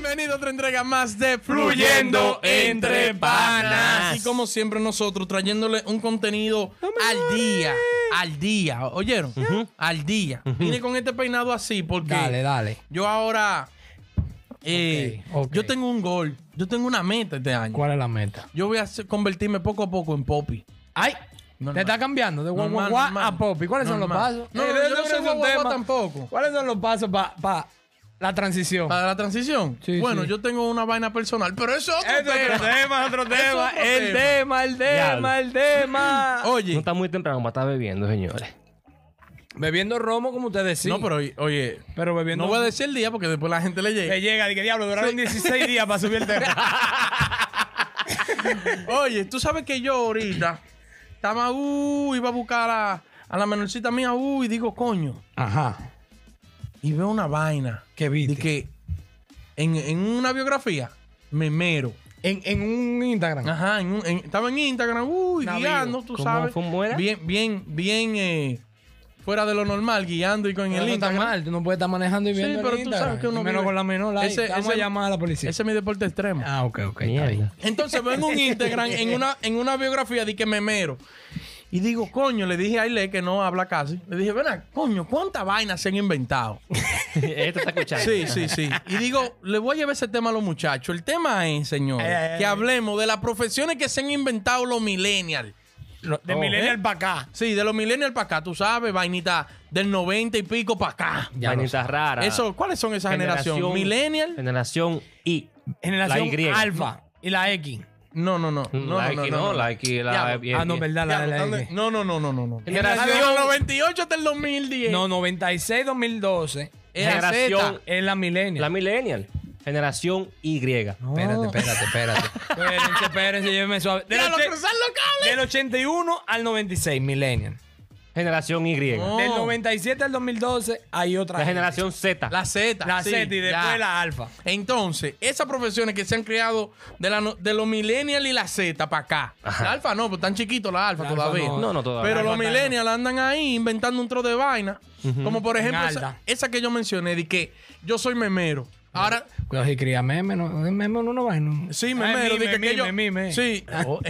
Bienvenido a otra entrega más de Fluyendo Entre Panas. Y como siempre nosotros trayéndole un contenido al día, ¿oyeron? Al día. Vine con este peinado así porque Dale. yo ahora Ok. yo tengo un gol, yo tengo una meta este año. ¿Cuál es la meta? Yo voy a convertirme poco a poco en Poppy. ¡Ay! Normal. Te está cambiando de Normal, guagua normal. a Poppy. ¿Cuáles son los Normal. pasos? No, Eso yo no es soy un guagua tema. tampoco. ¿Cuáles son los pasos para la transición? Para la transición. Sí, bueno, sí. yo tengo una vaina personal, pero eso es otro tema. otro tema. El tema. Oye, No está muy temprano para estar bebiendo, señores. Bebiendo romo, como ustedes decían. no, pero oye, Pero bebiendo. no voy a decir el día porque después la gente le llega. Que llega, de que diablo, duraron 16 días para subir el tema. Oye, tú sabes que yo ahorita estaba, iba a buscar a la menorcita mía, y digo, coño. Ajá. Y veo una vaina. ¿Qué viste? De que en una biografía, memero. En un Instagram. Ajá, estaba en Instagram, guiando, tú ¿Cómo- sabes. cómo era? Bien, fuera de lo normal, guiando y con Pero el no está Instagram. mal, tú no puedes estar manejando y Sí, viendo pero el tú Instagram. sabes que uno Y menos vive- con la menor. Like. Ese- Vamos ese- a llamar a la policía. Ese es mi deporte extremo. Ah, ok. Está Mierda. bien. Entonces veo en un Instagram, en una biografía de que memero. Y digo, coño, le dije a Aile, que no habla casi. Le dije, ven acá, coño, ¿cuántas vainas se han inventado? Esto está escuchando. Sí. Y digo, le voy a llevar ese tema a los muchachos. El tema es, señores, que hablemos de las profesiones que se han inventado los millennials. De millennial para acá. Sí, de los millennials para acá, tú sabes, vainita del 90 y pico para acá. Vainitas raras. Eso, ¿cuáles son esas generaciones? ¿Millennial? Generación Y. Generación La Y. alfa y la X. No. La X, no. La X, la Diablo. Ah, no, verdad, la X. No. Generación- De los 98 hasta el 2010. No, 96, 2012. Era generación- Z. Es la millennial. La millennial. Generación Y. No. Espérate. Espérense, llévenme suave. Diablo, cruzar los cables. Del 81 al 96, millennial. Generación Y. No. Del 97 al 2012 hay otra. La X. generación Z. La Z. La sí, Z y después ya. la alfa. Entonces, esas profesiones que se han creado de los millennials y la Z para acá. Ajá. La alfa no, pues están chiquitos la alfa La alfa todavía. no. No, todavía. Pero La los alfa millennials andan ahí inventando un tro de vaina. Como por ejemplo Alta. esa que yo mencioné de que yo soy memero. Ahora, Cuidado si cría meme, no. Meme no va. No. sí, memero. de que mime. Sí.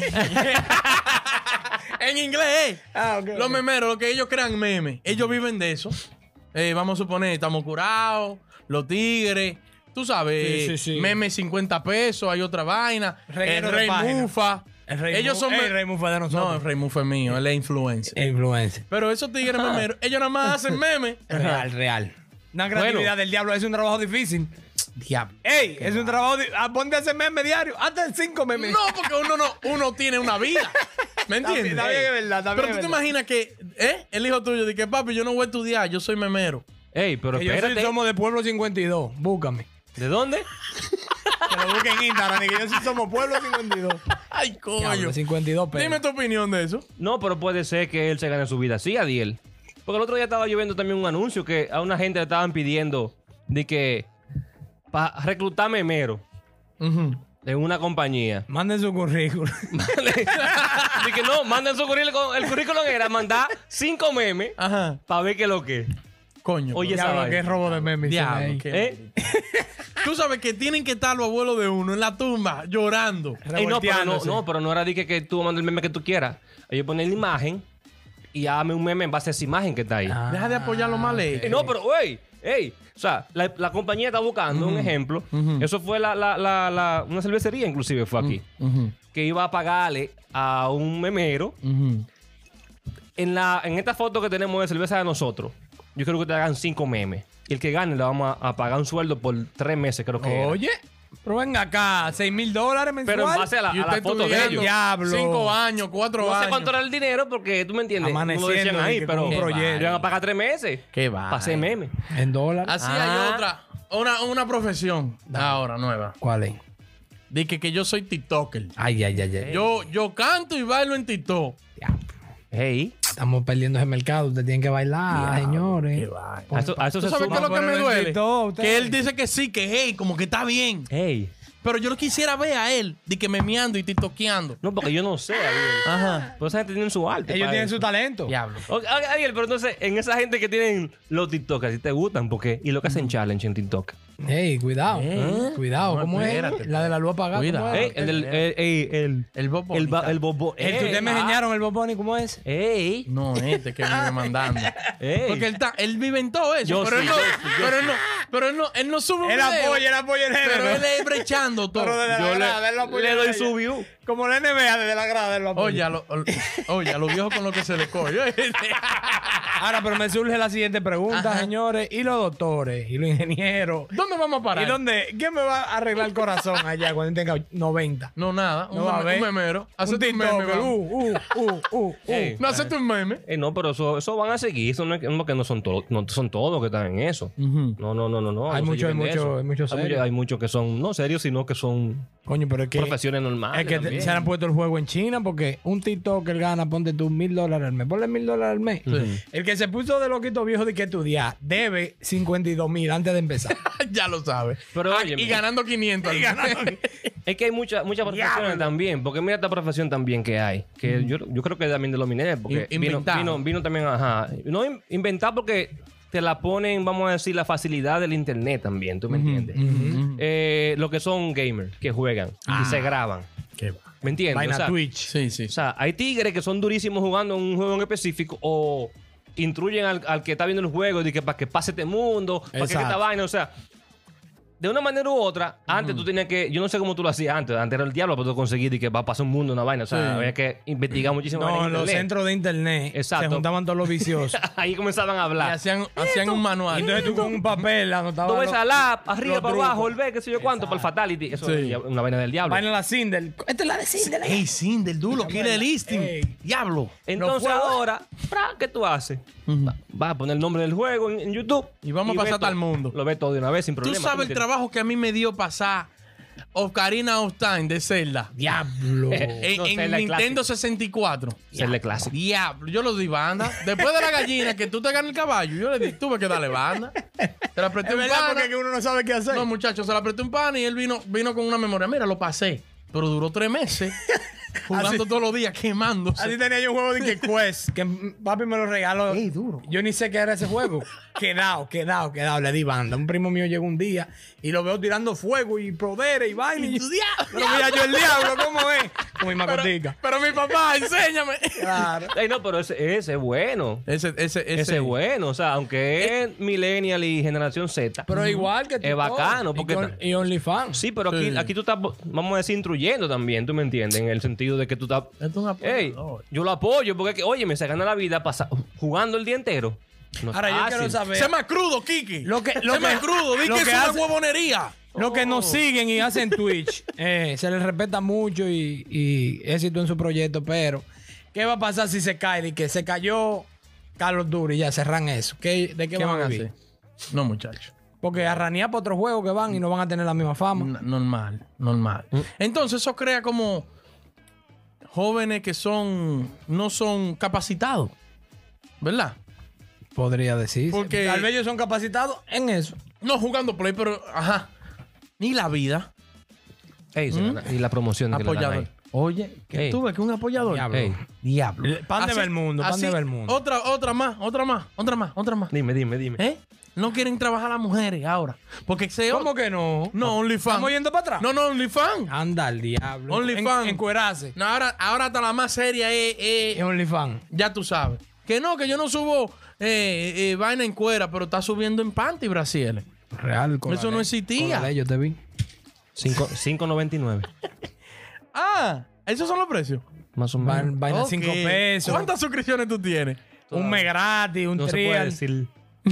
En inglés. Los memeros, lo que ellos crean memes. Ellos viven de eso. Vamos a suponer, estamos curados, los tigres. Tú sabes, Sí. memes 50 pesos, hay otra vaina. Reguero El de Rey página. Mufa. Ellos son el Rey Mufa de nosotros. No, el Rey Mufa es mío, él es influencer. Influencer. Pero esos tigres memeros, ellos nada más hacen memes. Real. Una creatividad del diablo. Es un trabajo difícil. Diablo. Ey, es un trabajo difícil. Ponte a hacer meme diario. Hasta 5 memes. No, porque uno tiene una vida. ¿Me entiendes? Está bien, es verdad. Está Pero bien, tú te es verdad. imaginas que, el hijo tuyo dice que papi, yo no voy a estudiar, yo soy memero. Ey, pero Que yo soy- espérate. somos de Pueblo 52. Búscame. ¿De dónde? Que lo busquen en Instagram. Y que yo sí somos Pueblo 52. Ay, coño. Diablo, 52 pesos. Dime tu opinión de eso. No, pero puede ser que él se gane su vida así, Adiel. Porque el otro día estaba yo viendo también un anuncio que a una gente le estaban pidiendo de que para reclutar memero en una compañía. Manden su currículum. Así que no, manden su currículum. El currículum era mandar 5 memes Ajá. para ver qué es lo que. Coño. Oye, esa Diablo, vaina. qué robo de memes. Diablo, hicieron ahí. qué- ¿Eh? Tú sabes que tienen que estar los abuelos de uno en la tumba llorando. Ey, no, pero Revolteándose. pero no era de que tú mandas el meme que tú quieras. Ellos ponen la imagen y hazme un meme en base a esa imagen que está ahí. Deja de apoyar los mal hechos. No, pero, ey. O sea, la compañía está buscando un ejemplo. Eso fue una cervecería, inclusive, fue aquí. Que iba a pagarle a un memero. En esta foto que tenemos de cerveza de nosotros, yo creo que te hagan 5 memes. Y el que gane le vamos a pagar un sueldo por 3 meses, creo que era. Oye, pero venga acá, $6,000 mensual. Pero en base a Y la usted foto de estudiando ellos. Diablo. 5 años, 4 No sé años. cuánto era el dinero porque tú me entiendes. No lo decían Amaneciendo, ahí, que pero con un proyecto. le van a pagar 3 meses. Qué va. Para hacer memes. En dólares. Así Ah. hay otra. Una profesión ahora nueva. ¿Cuál es? Dice que yo soy TikToker. Ay. Yo canto y bailo en TikTok. Hey. Estamos perdiendo ese mercado. Ustedes tienen que bailar, señores. A eso ¿Tú se sabes qué es suma. lo que me ponerlo en duele? TikTok, ustedes. Que él dice que sí, que hey, como que está bien. Hey. Pero yo lo quisiera ver a él, de que memeando y tiktokeando. No, porque yo no sé, Ariel. Ajá. Pues esa gente tiene su arte. Ellos para tienen eso. su talento. Diablo. Ok, Ariel, pero entonces, en esa gente que tienen los TikTok, ¿a ti te gustan? Porque, y lo que hacen challenge en TikTok. Ey, cuidado. Cuidado. No, ¿Cómo espérate. es? La de la luz apagada. Cuidado. ¿Cómo es? El Bobo. el bobo. El que ustedes me enseñaron, el Boboni, ¿cómo es? Ey. No, que vive mandando. Ey. Porque él vive en todo eso. Yo pero, sí, él no sube un Él video. apoya el género. Pero él es brechando todo. Pero desde la Yo grada, él lo apoya le doy a su ella. view. Como la NBA desde la grada, él lo apoya. Oye, a los viejos con lo que se le coge. Ahora, pero me surge la siguiente pregunta, Ajá. señores. ¿Y los doctores? ¿Y los ingenieros? ¿Dónde vamos a parar? ¿Y dónde? ¿Quién me va a arreglar el corazón allá cuando tenga 90? No, nada. No va a haber. Un memero. Un Hacete un meme. TikToker. vamos. Ey. No, hacete un meme. No, pero eso van a seguir. Eso no es que no son todos, no son todos que están en eso. No. Hay no se mucho- lleven hay de mucho- eso. hay muchos serios. Hay muchos que son no serios, sino que son Coño, pero es que... profesiones normales. Es que también. se han puesto el juego en China porque un TikToker gana, ponte tú $1,000 al mes. Ponle $1,000 al mes. El que se puso de loquito viejo de que estudiar debe 52,000 antes de empezar. Ya lo sabes. Pero, Ah, óyeme. y ganando 500. Es que hay muchas profesiones también. Porque mira esta profesión también que hay. Que yo creo que también de los mineros. Porque Inventado. vino también, ajá. No inventar porque te la ponen, vamos a decir, la facilidad del internet también. ¿Tú me entiendes? Lo que son gamers que juegan y se graban. Qué va. ¿Me entiendes? Vaina O sea, Twitch. Sí, sí. O sea, hay tigres que son durísimos jugando en un juego en específico o instruyen al que está viendo el juego de que para que pase este mundo, para que Exacto. esta vaina, o sea, de una manera u otra, antes tú tenías que, yo no sé cómo tú lo hacías antes era el diablo para tú conseguir y que va a pasar un mundo, una vaina, o sea, Sí. había que investigar muchísimo. No, en los centros de internet Exacto. se juntaban todos los viciosos. Ahí comenzaban a Y hablar. hacían un manual. Entonces tú con un papel anotabas Tú ves los- a la arriba, los para trucos. abajo, el B, qué sé yo cuánto, para el fatality. Eso Sí. es una vaina del diablo. vaina la Sindel. Esta es la de Sindel. Ey, sin del duro, Killer Instinct. Ey. Diablo. Entonces No puedo. ahora, ¿qué tú haces? Vas a poner el nombre del juego en YouTube. Y vamos a pasar ves hasta el todo. mundo. Lo ves todo de una vez sin Tú problema. sabes el me trabajo que a mí me dio pasar Ocarina of Time de Zelda Diablo. en No, Zelda es Nintendo 64. entiendes. Serle clásico. Diablo, yo lo di banda. Después de la gallina que tú te ganas el caballo, yo le di, tuve que darle banda. Se la apreté Es un verdad, pana. porque es que uno no sabe qué hacer. No, muchachos, se la apreté un pana y él vino con una memoria. Mira, lo pasé. Pero duró 3 meses jugando Así- todos los días, quemándose. Así tenía yo un juego de que Quest, que papi me lo regaló. Ey, duro. Yo ni sé qué era ese juego. Quedado. Le di banda. Un primo mío llegó un día y lo veo tirando fuego y poderes y vaina. Y yo, pero mira yo el diablo, ¿cómo es? Con mi macotica. Pero mi papá, enséñame. Claro. Ey, no, pero ese es bueno. Ese Ese es bueno. O sea, aunque es millennial y generación Z. Pero igual que Es bacano, porque y OnlyFans. Sí, pero Sí. aquí tú estás, vamos a decir, instruyendo también, ¿tú me entiendes? En el sentido de que tú estás... Esto es un Ey, apoyador. yo lo apoyo porque, oye, me se gana la vida jugando el día entero. No es Ahora yo fácil. quiero saber. Sé más crudo, Kiki. Lo que- sé más crudo. Di lo que que es una hace- huevonería. Los que nos siguen y hacen Twitch, se les respeta mucho y éxito en su proyecto, pero ¿qué va a pasar si se cae? De que se cayó Carlos Duro y ya cerran eso. ¿De qué, van a vivir? No, muchachos. Porque a ranear para otro juego que van y no van a tener la misma fama. Normal. Mm. Entonces, eso crea como jóvenes que no son capacitados. ¿Verdad? Podría decir. Porque- Tal vez ellos son capacitados en eso. No jugando play, pero ajá. Ni la vida. Ey, se gana. Y la promoción que le dan Apoyador. ahí. Oye, que Ey. tú ves que un apoyador. Diablo. Ey, Diablo. Pan de ver el mundo, pan de ver el mundo. Otra más. dime. ¿Eh? No quieren trabajar las mujeres ahora. Porque ¿Cómo que no? No, OnlyFans. ¿Estamos yendo para atrás? No, OnlyFans. Anda al diablo. OnlyFans. Encuerarse. No, ahora hasta la más seria es Es OnlyFans. ya tú sabes. Que yo no subo vaina en cuera, pero está subiendo en panty brasiles. Real. con Eso la no ley. existía. Con la ley, yo te vi. 5.99. Ah, esos son los precios. Más o menos. Vaina Ok. 5 pesos. ¿Cuántas suscripciones tú tienes? Un mes gratis, un No se puede trial. decir.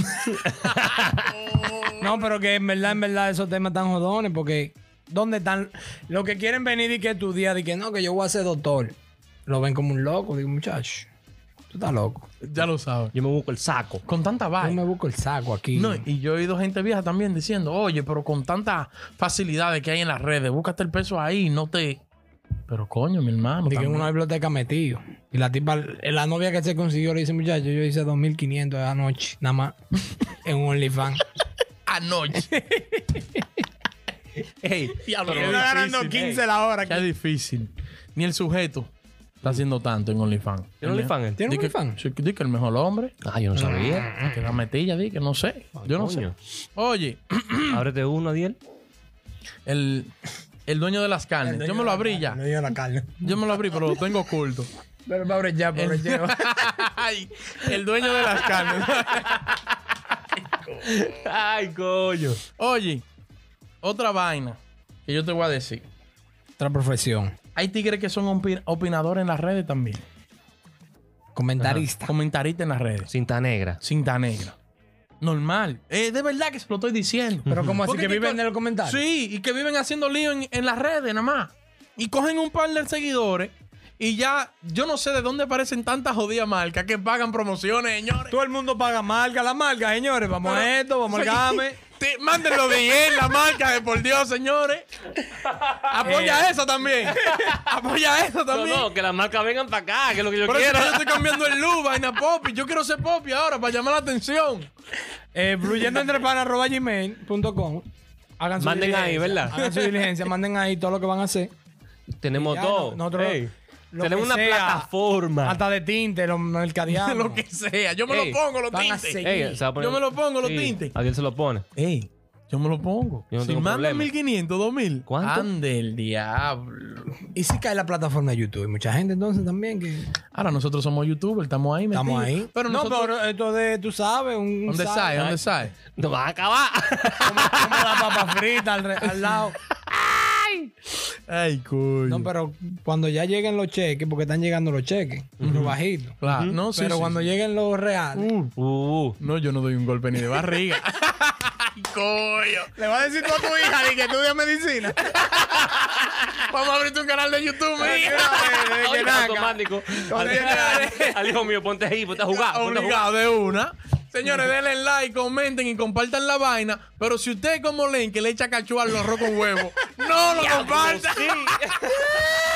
No, pero que en verdad, esos temas están jodones porque ¿dónde están? Los que quieren venir y que estudiar y que no, que yo voy a ser doctor. Lo ven como un loco. Digo, muchacho, tú estás loco. Ya lo sabes. Yo me busco el saco. Con tanta Yo vaina. me busco el saco aquí. No, y yo he oído gente vieja también diciendo, oye, pero con tantas facilidades que hay en las redes, búscate el peso ahí, no te... Pero coño, mi hermano. Y que en también. una biblioteca metido. Y la tipa, la novia que se consiguió le dice, muchacho, yo hice 2.500 anoche, nada más, en un OnlyFans. Anoche. Ey, Diablo, Él qué está ganando difícil. 15 la hora. Qué difícil. Ni el sujeto. está haciendo tanto en OnlyFans. ¿Tiene OnlyFans él? ¿Tiene Di que- OnlyFans? sí, di que el mejor hombre. Ah, yo no sabía. Que la metilla, di que no sé. Yo no sé. coño. Oye, Ábrete uno, Adiel. el dueño de las carnes. Yo me lo abrí ya. No dio la carne. Yo me lo abrí, pero lo tengo oculto. Pero pobre ya, pobre ya. Ay, el dueño de las carnes. Ay, coño. Oye, otra vaina que yo te voy a decir. Otra profesión. Hay tigres que son opinadores en las redes también. Comentarista. Comentaristas en las redes. Cinta negra. Cinta negra. Normal. De verdad que se lo estoy diciendo. Pero como así Porque que viven en los comentarios. Sí, y que viven haciendo lío en las redes nada más. Y cogen un par de seguidores y ya, yo no sé de dónde aparecen tantas jodidas marcas que pagan promociones, señores. Todo el mundo paga marca, la marca, señores. Vamos a esto, vamos al game. Mándenlo bien, la marca de por Dios, señores. Apoya eso también. Apoya eso No, también. no, que las marcas vengan para acá, que es lo que yo Por eso quiero. que yo estoy cambiando el look, vaina Poppy. Yo quiero ser Poppy ahora para llamar la atención. Fluyendoentrepanas@gmail.com. Hagan su Manden ahí, diligencia. ¿verdad? Hagan su diligencia, manden ahí todo lo que van a hacer. Tenemos Ya, todo. nosotros- Ey, lo tenemos que una sea, plataforma. Hasta de tinte, los mercadeamos. Lo que sea. Yo me Ey, lo pongo, los van a tintes. seguir. Ey, se va a poner- Yo me lo pongo, los Sí, tintes. Adiel se lo pone. Ey, yo me lo pongo. Yo no Si tengo mandan problema. 1500, 2000. ¿Cuánto? Ande el diablo. Y si cae la plataforma de YouTube. Hay mucha gente entonces también que Ahora nosotros somos youtubers, estamos ahí metidos. estamos ahí. Pero no, nosotros... pero esto de, tú sabes, un ¿Dónde sal- sale? ¿Dónde sale? Nos van a acabar. Como la papa frita al lado. Ay, coño. No, pero cuando ya lleguen los cheques, porque están llegando los cheques, los bajitos. Claro, no, sí, Pero sí, cuando sí. lleguen los reales, No, yo no doy un golpe ni de barriga. Ay, coño. le vas a decir tú a tu hija de que estudia medicina. Vamos a abrirte un canal de YouTube, mía. Oye, automático. Al hijo mío, ponte ahí, ponte a jugar. Ponte a jugar. Obligado de una. Señores, denle like, comenten y compartan la vaina. Pero si usted es como Len, que le echa cachuar los arroz con huevo, no lo compartan. Sí.